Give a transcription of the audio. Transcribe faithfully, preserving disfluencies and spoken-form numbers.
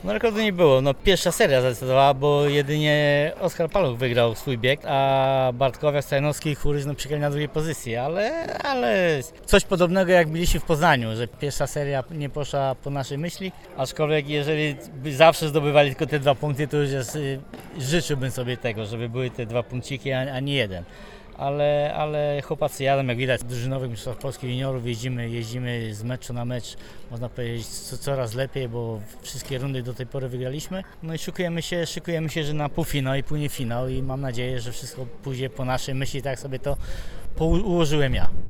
No rekordu nie było, no pierwsza seria zdecydowała, bo jedynie Oskar Paluch wygrał swój bieg, a Bartkowiak, Stajanowski i Churyś no przyjechali na drugiej pozycji, ale, ale coś podobnego jak byliśmy w Poznaniu, że pierwsza seria nie poszła po naszej myśli, aczkolwiek jeżeli by zawsze zdobywali tylko te dwa punkty, to już jest, życzyłbym sobie tego, żeby były te dwa punkciki, a, a nie jeden. Ale, ale chłopacy jadą, jak widać, w drużynowych mistrzostwach Polski juniorów jeździmy, jeździmy z meczu na mecz, można powiedzieć co, coraz lepiej, bo wszystkie rundy do tej pory wygraliśmy. No i szykujemy się, szykujemy się, że na półfinał i później finał i mam nadzieję, że wszystko pójdzie po naszej myśli, tak jak sobie to ułożyłem ja.